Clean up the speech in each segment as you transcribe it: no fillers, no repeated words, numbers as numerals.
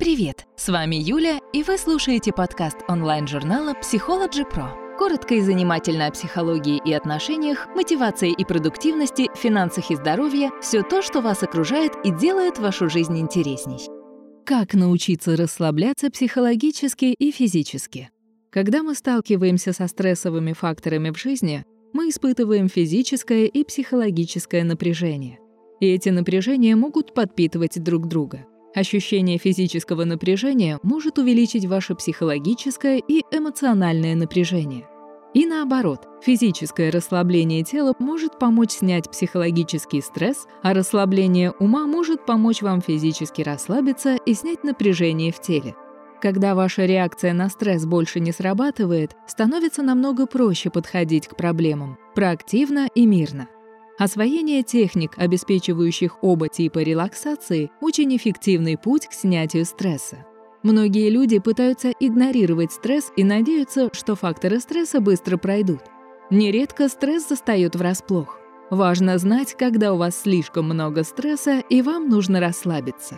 Привет! С вами Юля, и вы слушаете подкаст онлайн-журнала Psychology Pro. Коротко и занимательно о психологии и отношениях, мотивации и продуктивности, финансах и здоровье – все то, что вас окружает и делает вашу жизнь интересней. Как научиться расслабляться психологически и физически? Когда мы сталкиваемся со стрессовыми факторами в жизни, мы испытываем физическое и психологическое напряжение. И эти напряжения могут подпитывать друг друга. Ощущение физического напряжения может увеличить ваше психологическое и эмоциональное напряжение. И наоборот, физическое расслабление тела может помочь снять психологический стресс, а расслабление ума может помочь вам физически расслабиться и снять напряжение в теле. Когда ваша реакция на стресс больше не срабатывает, становится намного проще подходить к проблемам, проактивно и мирно. Освоение техник, обеспечивающих оба типа релаксации, очень эффективный путь к снятию стресса. Многие люди пытаются игнорировать стресс и надеются, что факторы стресса быстро пройдут. Нередко стресс застаёт врасплох. Важно знать, когда у вас слишком много стресса и вам нужно расслабиться.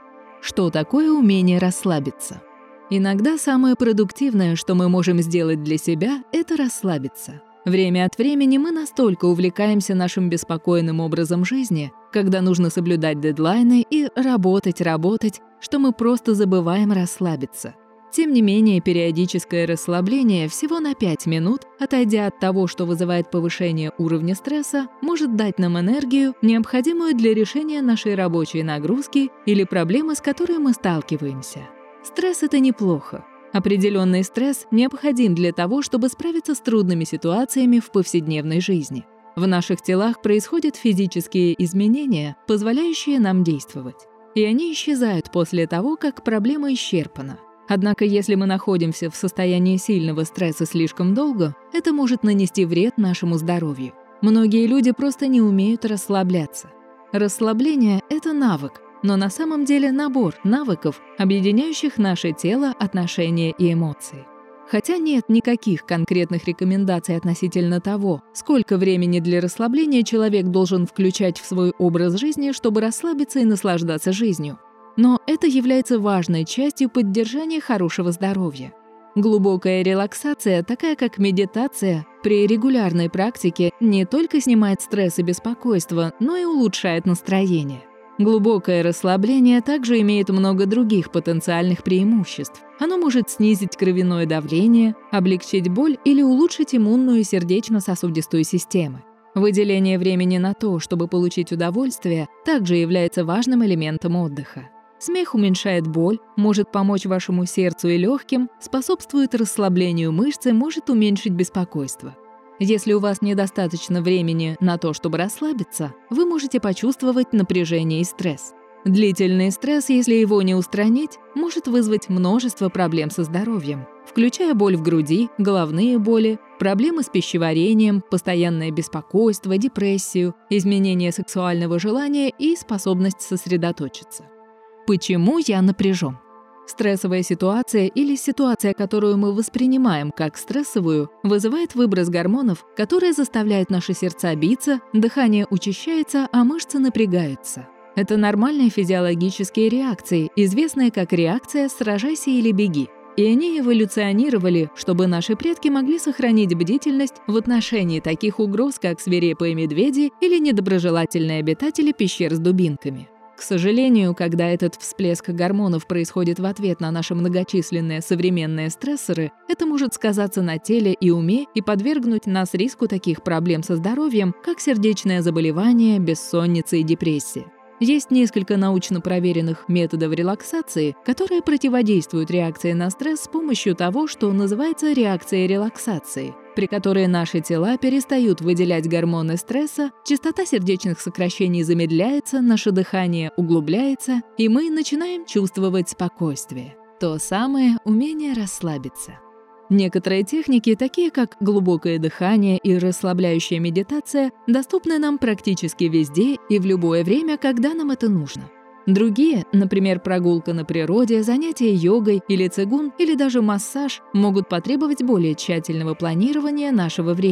Что такое умение расслабиться? Иногда самое продуктивное, что мы можем сделать для себя, это расслабиться. Время от времени мы настолько увлекаемся нашим беспокойным образом жизни, когда нужно соблюдать дедлайны и работать, что мы просто забываем расслабиться. Тем не менее, периодическое расслабление всего на 5 минут, отойдя от того, что вызывает повышение уровня стресса, может дать нам энергию, необходимую для решения нашей рабочей нагрузки или проблемы, с которой мы сталкиваемся. Стресс – это неплохо. Определенный стресс необходим для того, чтобы справиться с трудными ситуациями в повседневной жизни. В наших телах происходят физические изменения, позволяющие нам действовать. И они исчезают после того, как проблема исчерпана. Однако, если мы находимся в состоянии сильного стресса слишком долго, это может нанести вред нашему здоровью. Многие люди просто не умеют расслабляться. Расслабление – это навык, но на самом деле набор навыков, объединяющих наше тело, отношения и эмоции. Хотя нет никаких конкретных рекомендаций относительно того, сколько времени для расслабления человек должен включать в свой образ жизни, чтобы расслабиться и наслаждаться жизнью. Но это является важной частью поддержания хорошего здоровья. Глубокая релаксация, такая как медитация, при регулярной практике не только снимает стресс и беспокойство, но и улучшает настроение. Глубокое расслабление также имеет много других потенциальных преимуществ. Оно может снизить кровяное давление, облегчить боль или улучшить иммунную и сердечно-сосудистую системы. Выделение времени на то, чтобы получить удовольствие, также является важным элементом отдыха. Смех уменьшает боль, может помочь вашему сердцу и легким, способствует расслаблению мышц и может уменьшить беспокойство. Если у вас недостаточно времени на то, чтобы расслабиться, вы можете почувствовать напряжение и стресс. Длительный стресс, если его не устранить, может вызвать множество проблем со здоровьем, включая боль в груди, головные боли, проблемы с пищеварением, постоянное беспокойство, депрессию, изменение сексуального желания и способность сосредоточиться. Почему я напряжен? Стрессовая ситуация или ситуация, которую мы воспринимаем как стрессовую, вызывает выброс гормонов, которые заставляют наши сердца биться, дыхание учащается, а мышцы напрягаются. Это нормальные физиологические реакции, известные как реакция «сражайся или беги». И они эволюционировали, чтобы наши предки могли сохранить бдительность в отношении таких угроз, как свирепые медведи или недоброжелательные обитатели пещер с дубинками. К сожалению, когда этот всплеск гормонов происходит в ответ на наши многочисленные современные стрессоры, это может сказаться на теле и уме и подвергнуть нас риску таких проблем со здоровьем, как сердечное заболевание, бессонница и депрессия. Есть несколько научно проверенных методов релаксации, которые противодействуют реакции на стресс с помощью того, что называется реакцией релаксации, при которой наши тела перестают выделять гормоны стресса, частота сердечных сокращений замедляется, наше дыхание углубляется, и мы начинаем чувствовать спокойствие. То самое умение расслабиться. Некоторые техники, такие как глубокое дыхание и расслабляющая медитация, доступны нам практически везде и в любое время, когда нам это нужно. Другие, например, прогулка на природе, занятия йогой или цигун, или даже массаж, могут потребовать более тщательного планирования нашего времени.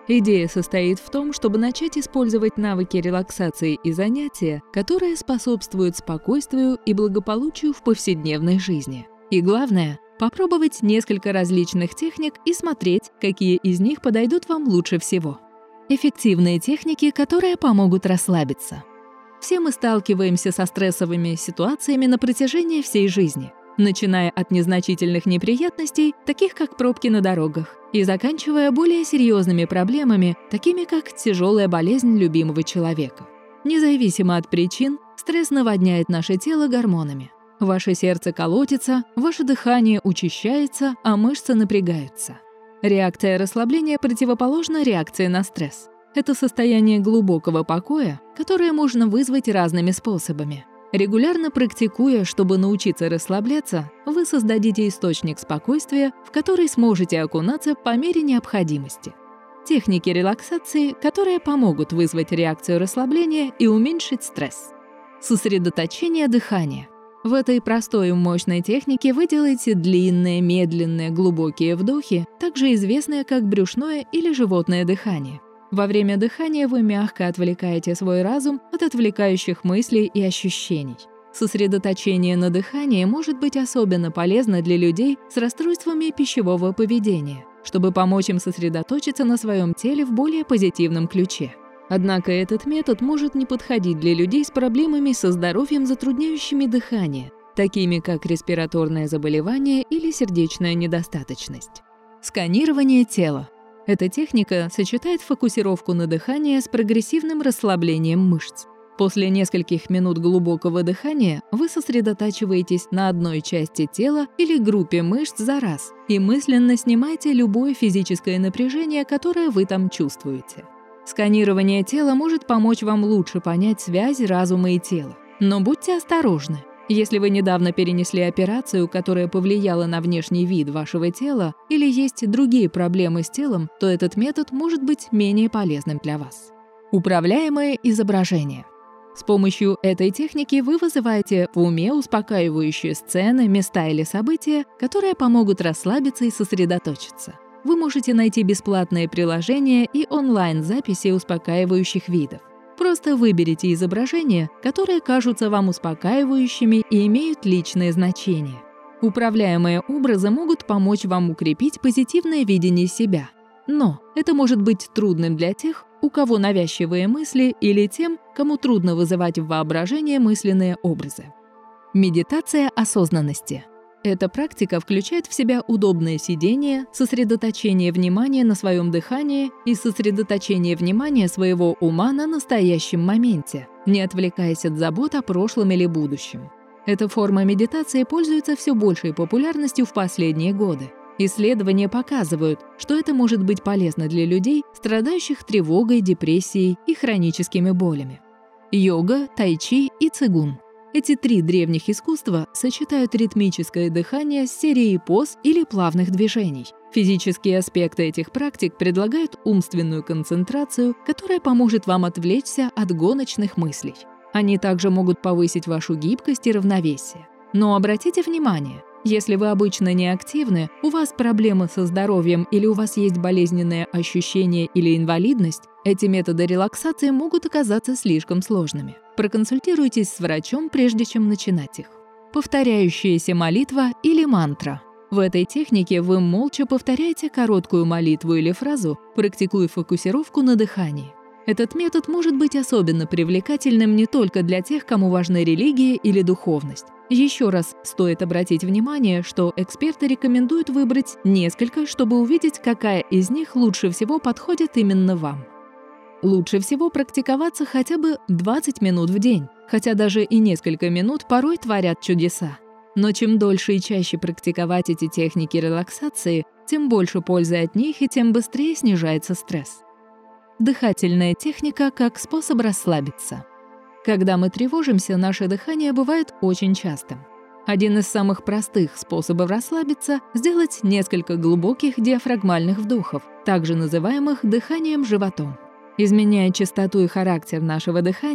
Идея состоит в том, чтобы начать использовать навыки релаксации и занятия, которые способствуют спокойствию и благополучию в повседневной жизни. И главное – попробовать несколько различных техник и смотреть, какие из них подойдут вам лучше всего. Эффективные техники, которые помогут расслабиться. Все мы сталкиваемся со стрессовыми ситуациями на протяжении всей жизни, начиная от незначительных неприятностей, таких как пробки на дорогах, и заканчивая более серьезными проблемами, такими как тяжелая болезнь любимого человека. Независимо от причин, стресс наводняет наше тело гормонами. Ваше сердце колотится, ваше дыхание учащается, а мышцы напрягаются. Реакция расслабления противоположна реакции на стресс. Это состояние глубокого покоя, которое можно вызвать разными способами. Регулярно практикуя, чтобы научиться расслабляться, вы создадите источник спокойствия, в который сможете окунаться по мере необходимости. Техники релаксации, которые помогут вызвать реакцию расслабления и уменьшить стресс. Сосредоточение дыхания. В этой простой и мощной технике вы делаете длинные, медленные, глубокие вдохи, также известные как брюшное или животное дыхание. Во время дыхания вы мягко отвлекаете свой разум от отвлекающих мыслей и ощущений. Сосредоточение на дыхании может быть особенно полезно для людей с расстройствами пищевого поведения, чтобы помочь им сосредоточиться на своем теле в более позитивном ключе. Однако этот метод может не подходить для людей с проблемами со здоровьем, затрудняющими дыхание, такими как респираторное заболевание или сердечная недостаточность. Сканирование тела. Эта техника сочетает фокусировку на дыхание с прогрессивным расслаблением мышц. После нескольких минут глубокого дыхания вы сосредотачиваетесь на одной части тела или группе мышц за раз и мысленно снимаете любое физическое напряжение, которое вы там чувствуете. Сканирование тела может помочь вам лучше понять связь разума и тела. Но будьте осторожны. Если вы недавно перенесли операцию, которая повлияла на внешний вид вашего тела, или есть другие проблемы с телом, то этот метод может быть менее полезным для вас. Управляемое изображение. С помощью этой техники вы вызываете в уме успокаивающие сцены, места или события, которые помогут расслабиться и сосредоточиться. Вы можете найти бесплатные приложения и онлайн-записи успокаивающих видов. Просто выберите изображения, которые кажутся вам успокаивающими и имеют личное значение. Управляемые образы могут помочь вам укрепить позитивное видение себя. Но это может быть трудным для тех, у кого навязчивые мысли, или тем, кому трудно вызывать в воображение мысленные образы. Медитация осознанности. Эта практика включает в себя удобное сидение, сосредоточение внимания на своем дыхании и сосредоточение внимания своего ума на настоящем моменте, не отвлекаясь от забот о прошлом или будущем. Эта форма медитации пользуется все большей популярностью в последние годы. Исследования показывают, что это может быть полезно для людей, страдающих тревогой, депрессией и хроническими болями. Йога, тайчи и цигун. Эти три древних искусства сочетают ритмическое дыхание с серией поз или плавных движений. Физические аспекты этих практик предлагают умственную концентрацию, которая поможет вам отвлечься от гоночных мыслей. Они также могут повысить вашу гибкость и равновесие. Но обратите внимание, если вы обычно неактивны, у вас проблемы со здоровьем или у вас есть болезненные ощущения или инвалидность, эти методы релаксации могут оказаться слишком сложными. Проконсультируйтесь с врачом, прежде чем начинать их. Повторяющаяся молитва или мантра. В этой технике вы молча повторяете короткую молитву или фразу, практикуя фокусировку на дыхании. Этот метод может быть особенно привлекательным не только для тех, кому важна религия или духовность. Еще раз стоит обратить внимание, что эксперты рекомендуют выбрать несколько, чтобы увидеть, какая из них лучше всего подходит именно вам. Лучше всего практиковаться хотя бы 20 минут в день, хотя даже и несколько минут порой творят чудеса. Но чем дольше и чаще практиковать эти техники релаксации, тем больше пользы от них и тем быстрее снижается стресс. Дыхательная техника как способ расслабиться. Когда мы тревожимся, наше дыхание бывает очень частым. Один из самых простых способов расслабиться – сделать несколько глубоких диафрагмальных вдохов, также называемых дыханием животом. Изменяя частоту и характер нашего дыхания,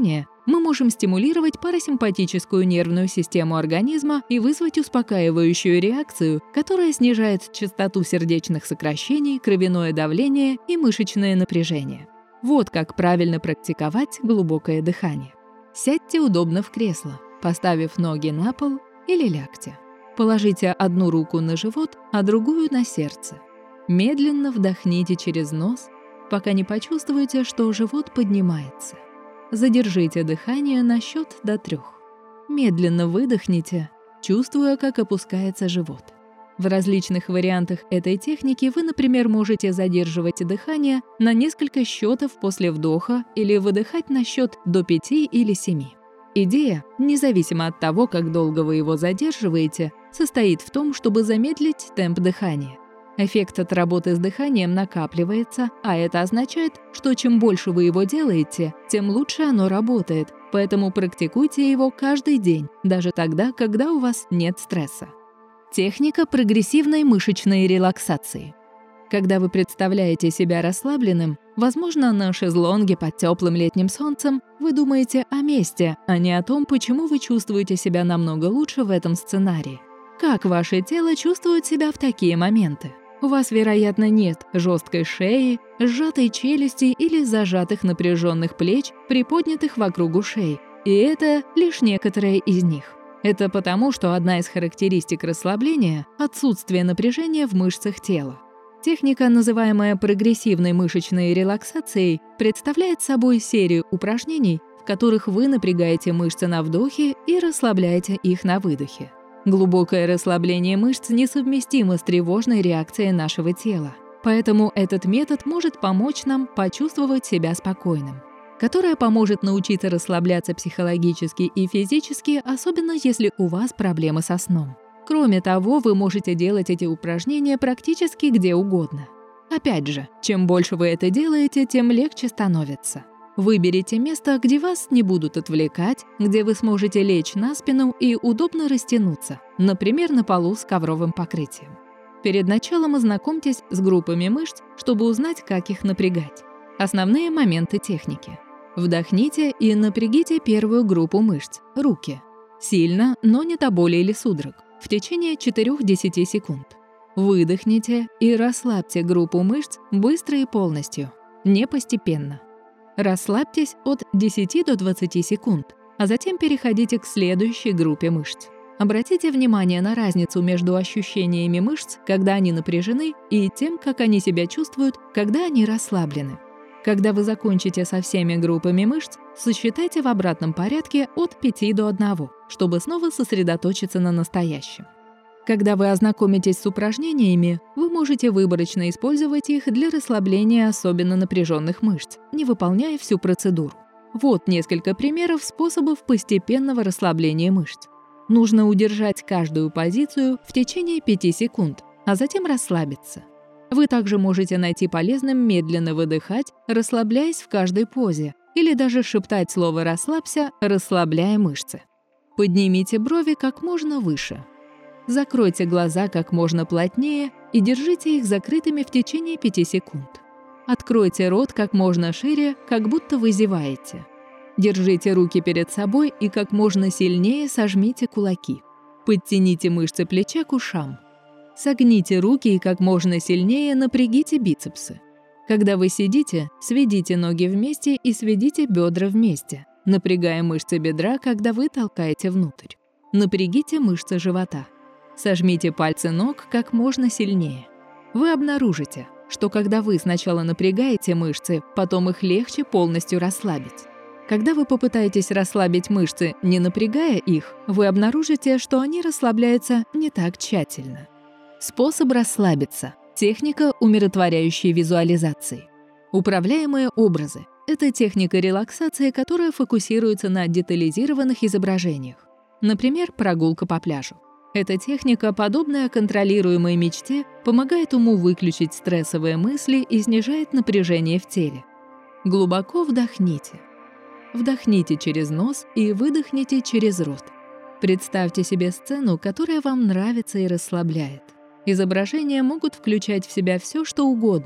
мы можем стимулировать парасимпатическую нервную систему организма и вызвать успокаивающую реакцию, которая снижает частоту сердечных сокращений, кровяное давление и мышечное напряжение. Вот как правильно практиковать глубокое дыхание. Сядьте удобно в кресло, поставив ноги на пол или лягте. Положите одну руку на живот, а другую на сердце. Медленно вдохните через нос, пока не почувствуете, что живот поднимается. Задержите дыхание на счет до 3. Медленно выдохните, чувствуя, как опускается живот. В различных вариантах этой техники вы, например, можете задерживать дыхание на несколько счетов после вдоха или выдыхать на счет до 5 или 7. Идея, независимо от того, как долго вы его задерживаете, состоит в том, чтобы замедлить темп дыхания. Эффект от работы с дыханием накапливается, а это означает, что чем больше вы его делаете, тем лучше оно работает, поэтому практикуйте его каждый день, даже тогда, когда у вас нет стресса. Техника прогрессивной мышечной релаксации. Когда вы представляете себя расслабленным, возможно, на шезлонге под теплым летним солнцем, вы думаете о месте, а не о том, почему вы чувствуете себя намного лучше в этом сценарии. Как ваше тело чувствует себя в такие моменты? У вас, вероятно, нет жесткой шеи, сжатой челюсти или зажатых напряженных плеч, приподнятых вокруг ушей. И это лишь некоторые из них. Это потому, что одна из характеристик расслабления – отсутствие напряжения в мышцах тела. Техника, называемая прогрессивной мышечной релаксацией, представляет собой серию упражнений, в которых вы напрягаете мышцы на вдохе и расслабляете их на выдохе. Глубокое расслабление мышц несовместимо с тревожной реакцией нашего тела, поэтому этот метод может помочь нам почувствовать себя спокойным, которая поможет научиться расслабляться психологически и физически, особенно если у вас проблемы со сном. Кроме того, вы можете делать эти упражнения практически где угодно. Опять же, чем больше вы это делаете, тем легче становится. Выберите место, где вас не будут отвлекать, где вы сможете лечь на спину и удобно растянуться, например, на полу с ковровым покрытием. Перед началом ознакомьтесь с группами мышц, чтобы узнать, как их напрягать. Основные моменты техники. Вдохните и напрягите первую группу мышц – руки. Сильно, но не до боли или судорог, в течение 4-10 секунд. Выдохните и расслабьте группу мышц быстро и полностью, не постепенно. Расслабьтесь от 10 до 20 секунд, а затем переходите к следующей группе мышц. Обратите внимание на разницу между ощущениями мышц, когда они напряжены, и тем, как они себя чувствуют, когда они расслаблены. Когда вы закончите со всеми группами мышц, сосчитайте в обратном порядке от 5 до 1, чтобы снова сосредоточиться на настоящем. Когда вы ознакомитесь с упражнениями, вы можете выборочно использовать их для расслабления особенно напряженных мышц, не выполняя всю процедуру. Вот несколько примеров способов постепенного расслабления мышц. Нужно удержать каждую позицию в течение 5 секунд, а затем расслабиться. Вы также можете найти полезным медленно выдыхать, расслабляясь в каждой позе, или даже шептать слово «расслабься», расслабляя мышцы. Поднимите брови как можно выше. Закройте глаза как можно плотнее и держите их закрытыми в течение 5 секунд. Откройте рот как можно шире, как будто вы зеваете. Держите руки перед собой и как можно сильнее сожмите кулаки. Подтяните мышцы плеча к ушам. Согните руки и как можно сильнее напрягите бицепсы. Когда вы сидите, сведите ноги вместе и сведите бедра вместе, напрягая мышцы бедра, когда вы толкаете внутрь. Напрягите мышцы живота. Сожмите пальцы ног как можно сильнее. Вы обнаружите, что когда вы сначала напрягаете мышцы, потом их легче полностью расслабить. Когда вы попытаетесь расслабить мышцы, не напрягая их, вы обнаружите, что они расслабляются не так тщательно. Способ расслабиться. Техника умиротворяющей визуализации. Управляемые образы – это техника релаксации, которая фокусируется на детализированных изображениях. Например, прогулка по пляжу. Эта техника, подобная контролируемой мечте, помогает уму выключить стрессовые мысли и снижает напряжение в теле. Глубоко вдохните. Вдохните через нос и выдохните через рот. Представьте себе сцену, которая вам нравится и расслабляет. Изображения могут включать в себя все, что угодно.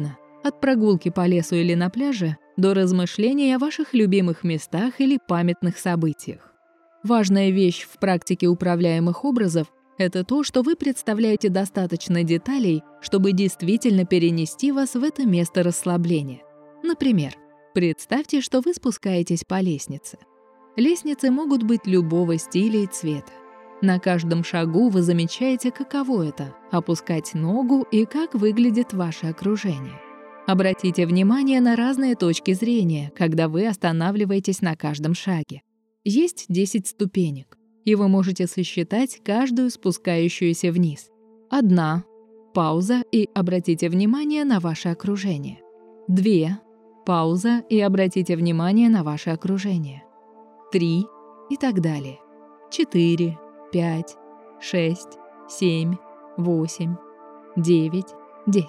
От прогулки по лесу или на пляже до размышлений о ваших любимых местах или памятных событиях. Важная вещь в практике управляемых образов – это то, что вы представляете достаточно деталей, чтобы действительно перенести вас в это место расслабления. Например, представьте, что вы спускаетесь по лестнице. Лестницы могут быть любого стиля и цвета. На каждом шагу вы замечаете, каково это – опускать ногу и как выглядит ваше окружение. Обратите внимание на разные точки зрения, когда вы останавливаетесь на каждом шаге. Есть 10 ступенек, и вы можете сосчитать каждую спускающуюся вниз. 1. Пауза, и обратите внимание на ваше окружение. 2. Пауза, и обратите внимание на ваше окружение. 3. И так далее. 4, 5, 6, 7, 8, 9, 10.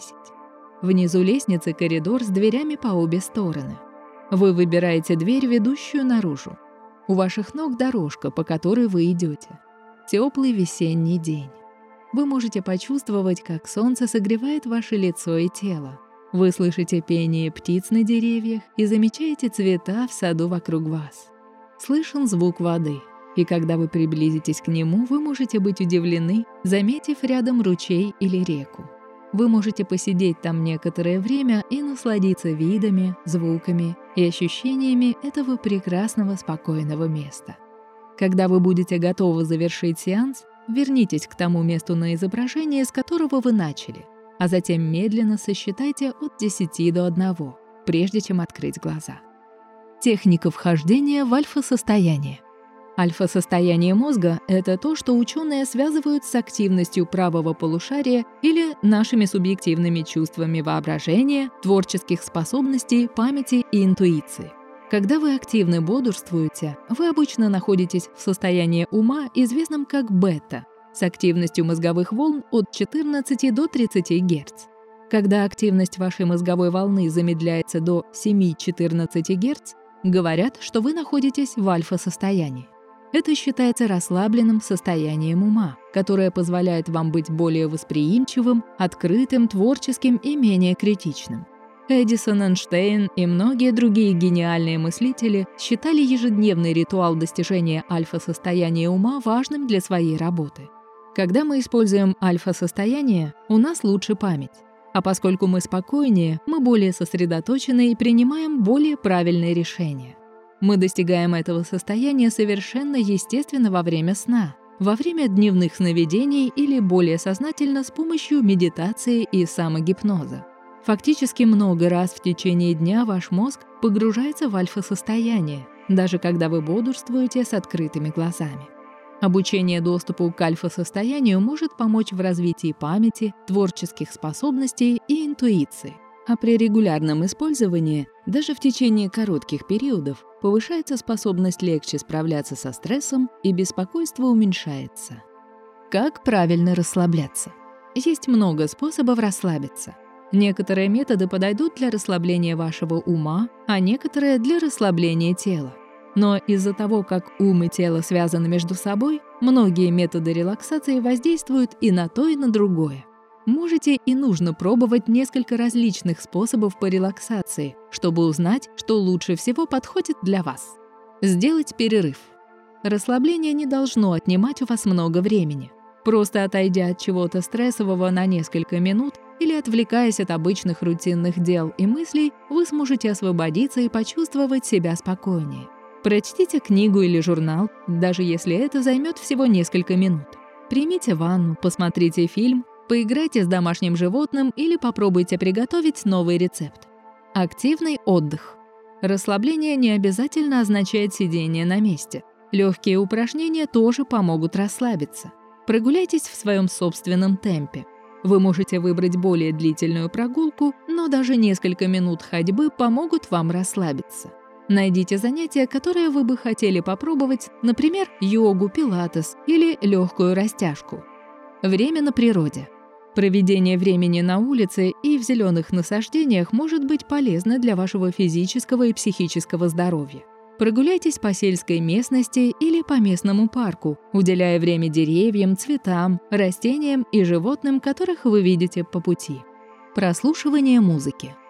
Внизу лестницы коридор с дверями по обе стороны. Вы выбираете дверь, ведущую наружу. У ваших ног дорожка, по которой вы идете. Теплый весенний день. Вы можете почувствовать, как солнце согревает ваше лицо и тело. Вы слышите пение птиц на деревьях и замечаете цвета в саду вокруг вас. Слышен звук воды, и когда вы приблизитесь к нему, вы можете быть удивлены, заметив рядом ручей или реку. Вы можете посидеть там некоторое время и насладиться видами, звуками и ощущениями этого прекрасного спокойного места. Когда вы будете готовы завершить сеанс, вернитесь к тому месту на изображении, с которого вы начали, а затем медленно сосчитайте от 10 до 1, прежде чем открыть глаза. Техника вхождения в альфа-состояние. Альфа-состояние мозга – это то, что ученые связывают с активностью правого полушария или нашими субъективными чувствами воображения, творческих способностей, памяти и интуиции. Когда вы активно бодрствуете, вы обычно находитесь в состоянии ума, известном как бета, с активностью мозговых волн от 14 до 30 Гц. Когда активность вашей мозговой волны замедляется до 7-14 Гц, говорят, что вы находитесь в альфа-состоянии. Это считается расслабленным состоянием ума, которое позволяет вам быть более восприимчивым, открытым, творческим и менее критичным. Эдисон, Эйнштейн и многие другие гениальные мыслители считали ежедневный ритуал достижения альфа-состояния ума важным для своей работы. Когда мы используем альфа-состояние, у нас лучше память. А поскольку мы спокойнее, мы более сосредоточены и принимаем более правильные решения. Мы достигаем этого состояния совершенно естественно во время сна, во время дневных сновидений или более сознательно с помощью медитации и самогипноза. Фактически много раз в течение дня ваш мозг погружается в альфа-состояние, даже когда вы бодрствуете с открытыми глазами. Обучение доступу к альфа-состоянию может помочь в развитии памяти, творческих способностей и интуиции. А при регулярном использовании, даже в течение коротких периодов, повышается способность легче справляться со стрессом и беспокойство уменьшается. Как правильно расслабляться? Есть много способов расслабиться. Некоторые методы подойдут для расслабления вашего ума, а некоторые для расслабления тела. Но из-за того, как ум и тело связаны между собой, многие методы релаксации воздействуют и на то, и на другое. Можете и нужно пробовать несколько различных способов по релаксации, чтобы узнать, что лучше всего подходит для вас. Сделать перерыв. Расслабление не должно отнимать у вас много времени. Просто отойдя от чего-то стрессового на несколько минут или отвлекаясь от обычных рутинных дел и мыслей, вы сможете освободиться и почувствовать себя спокойнее. Прочтите книгу или журнал, даже если это займет всего несколько минут. Примите ванну, посмотрите фильм, поиграйте с домашним животным или попробуйте приготовить новый рецепт. Активный отдых. Расслабление не обязательно означает сидение на месте. Легкие упражнения тоже помогут расслабиться. Прогуляйтесь в своем собственном темпе. Вы можете выбрать более длительную прогулку, но даже несколько минут ходьбы помогут вам расслабиться. Найдите занятия, которые вы бы хотели попробовать, например, йогу, пилатес или легкую растяжку. Время на природе. Проведение времени на улице и в зеленых насаждениях может быть полезно для вашего физического и психического здоровья. Прогуляйтесь по сельской местности или по местному парку, уделяя время деревьям, цветам, растениям и животным, которых вы видите по пути. Прослушивание музыки.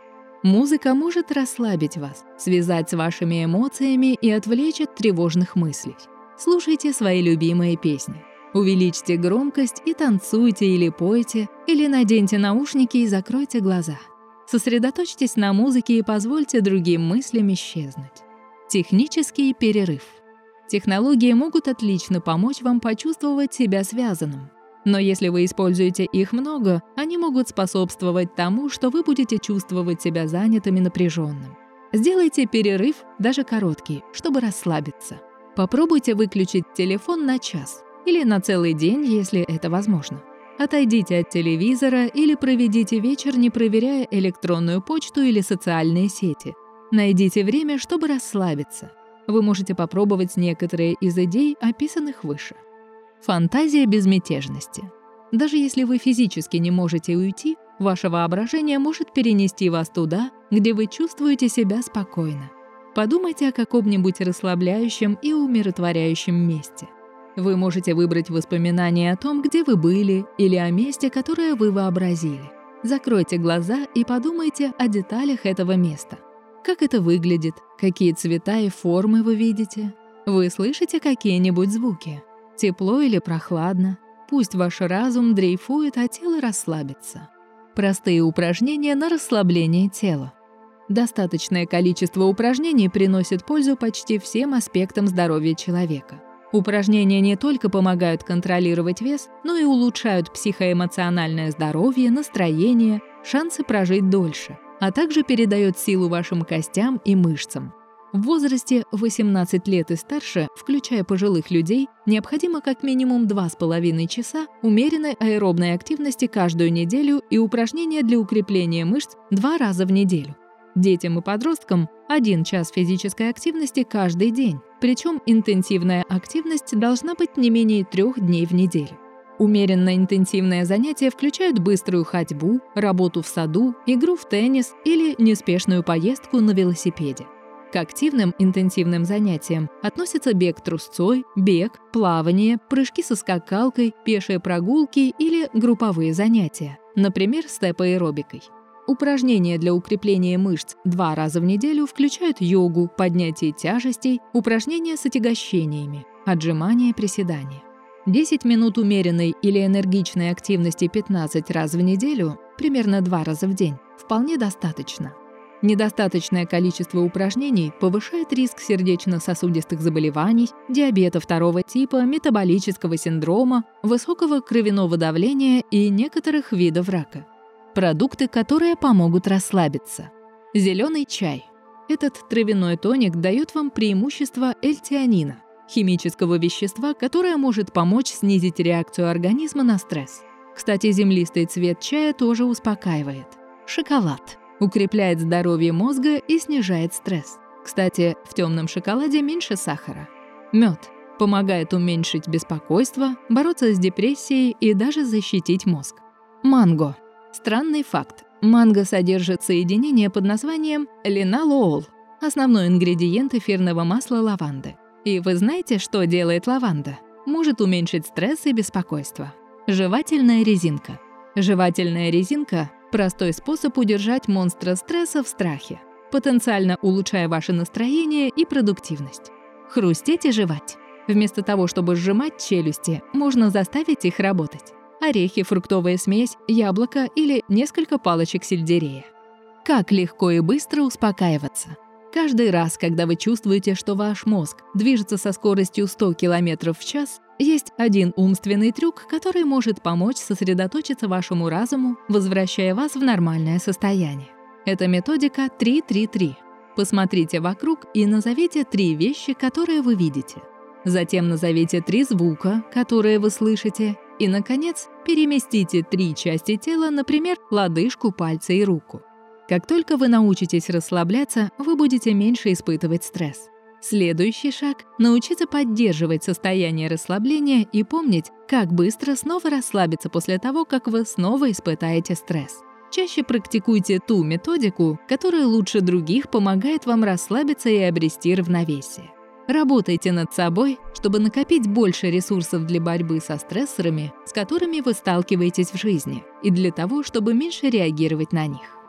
Музыка может расслабить вас, связать с вашими эмоциями и отвлечь от тревожных мыслей. Слушайте свои любимые песни. Увеличьте громкость и танцуйте или пойте, или наденьте наушники и закройте глаза. Сосредоточьтесь на музыке и позвольте другим мыслям исчезнуть. Технический перерыв. Технологии могут отлично помочь вам почувствовать себя связанным. Но если вы используете их много, они могут способствовать тому, что вы будете чувствовать себя занятым и напряженным. Сделайте перерыв, даже короткий, чтобы расслабиться. Попробуйте выключить телефон на час или на целый день, если это возможно. Отойдите от телевизора или проведите вечер, не проверяя электронную почту или социальные сети. Найдите время, чтобы расслабиться. Вы можете попробовать некоторые из идей, описанных выше. Фантазия безмятежности. Даже если вы физически не можете уйти, ваше воображение может перенести вас туда, где вы чувствуете себя спокойно. Подумайте о каком-нибудь расслабляющем и умиротворяющем месте. Вы можете выбрать воспоминания о том, где вы были, или о месте, которое вы вообразили. Закройте глаза и подумайте о деталях этого места. Как это выглядит, какие цвета и формы вы видите. Вы слышите какие-нибудь звуки? Тепло или прохладно? Пусть ваш разум дрейфует, а тело расслабится. Простые упражнения на расслабление тела. Достаточное количество упражнений приносит пользу почти всем аспектам здоровья человека. Упражнения не только помогают контролировать вес, но и улучшают психоэмоциональное здоровье, настроение, шансы прожить дольше, а также передают силу вашим костям и мышцам. В возрасте 18 лет и старше, включая пожилых людей, необходимо как минимум 2,5 часа умеренной аэробной активности каждую неделю и упражнения для укрепления мышц 2 раза в неделю. Детям и подросткам 1 час физической активности каждый день, причем интенсивная активность должна быть не менее 3 дней в неделю. Умеренно интенсивные занятия включают быструю ходьбу, работу в саду, игру в теннис или неспешную поездку на велосипеде. К активным интенсивным занятиям относятся бег трусцой, бег, плавание, прыжки со скакалкой, пешие прогулки или групповые занятия, например, степ-аэробикой. Упражнения для укрепления мышц 2 раза в неделю включают йогу, поднятие тяжестей, упражнения с отягощениями, отжимания, приседания. 10 минут умеренной или энергичной активности 15 раз в неделю, примерно 2 раза в день, вполне достаточно. Недостаточное количество упражнений повышает риск сердечно-сосудистых заболеваний, диабета 2 типа, метаболического синдрома, высокого кровяного давления и некоторых видов рака. Продукты, которые помогут расслабиться. Зеленый чай. Этот травяной тоник дает вам преимущество эльтианина, химического вещества, которое может помочь снизить реакцию организма на стресс. Кстати, землистый цвет чая тоже успокаивает. Шоколад. Укрепляет здоровье мозга и снижает стресс. Кстати, в темном шоколаде меньше сахара. Мед. Помогает уменьшить беспокойство, бороться с депрессией и даже защитить мозг. Манго. Странный факт. Манго содержит соединение под названием линолеол, основной ингредиент эфирного масла лаванды. И вы знаете, что делает лаванда? Может уменьшить стресс и беспокойство. Жевательная резинка. Жевательная резинка – простой способ удержать монстра стресса в страхе, потенциально улучшая ваше настроение и продуктивность. Хрустеть и жевать. Вместо того, чтобы сжимать челюсти, можно заставить их работать. Орехи, фруктовая смесь, яблоко или несколько палочек сельдерея. Как легко и быстро успокаиваться. Каждый раз, когда вы чувствуете, что ваш мозг движется со скоростью 100 км в час, есть один умственный трюк, который может помочь сосредоточиться вашему разуму, возвращая вас в нормальное состояние. Это методика 3-3-3. Посмотрите вокруг и назовите 3 вещи, которые вы видите. Затем назовите 3 звука, которые вы слышите. И, наконец, переместите 3 части тела, например, лодыжку, пальцы и руку. Как только вы научитесь расслабляться, вы будете меньше испытывать стресс. Следующий шаг – научиться поддерживать состояние расслабления и помнить, как быстро снова расслабиться после того, как вы снова испытаете стресс. Чаще практикуйте ту методику, которая лучше других помогает вам расслабиться и обрести равновесие. Работайте над собой, чтобы накопить больше ресурсов для борьбы со стрессорами, с которыми вы сталкиваетесь в жизни, и для того, чтобы меньше реагировать на них.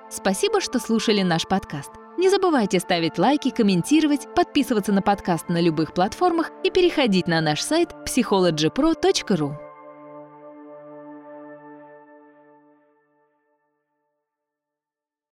Спасибо, что слушали наш подкаст. Не забывайте ставить лайки, комментировать, подписываться на подкаст на любых платформах и переходить на наш сайт psychologypro.ru.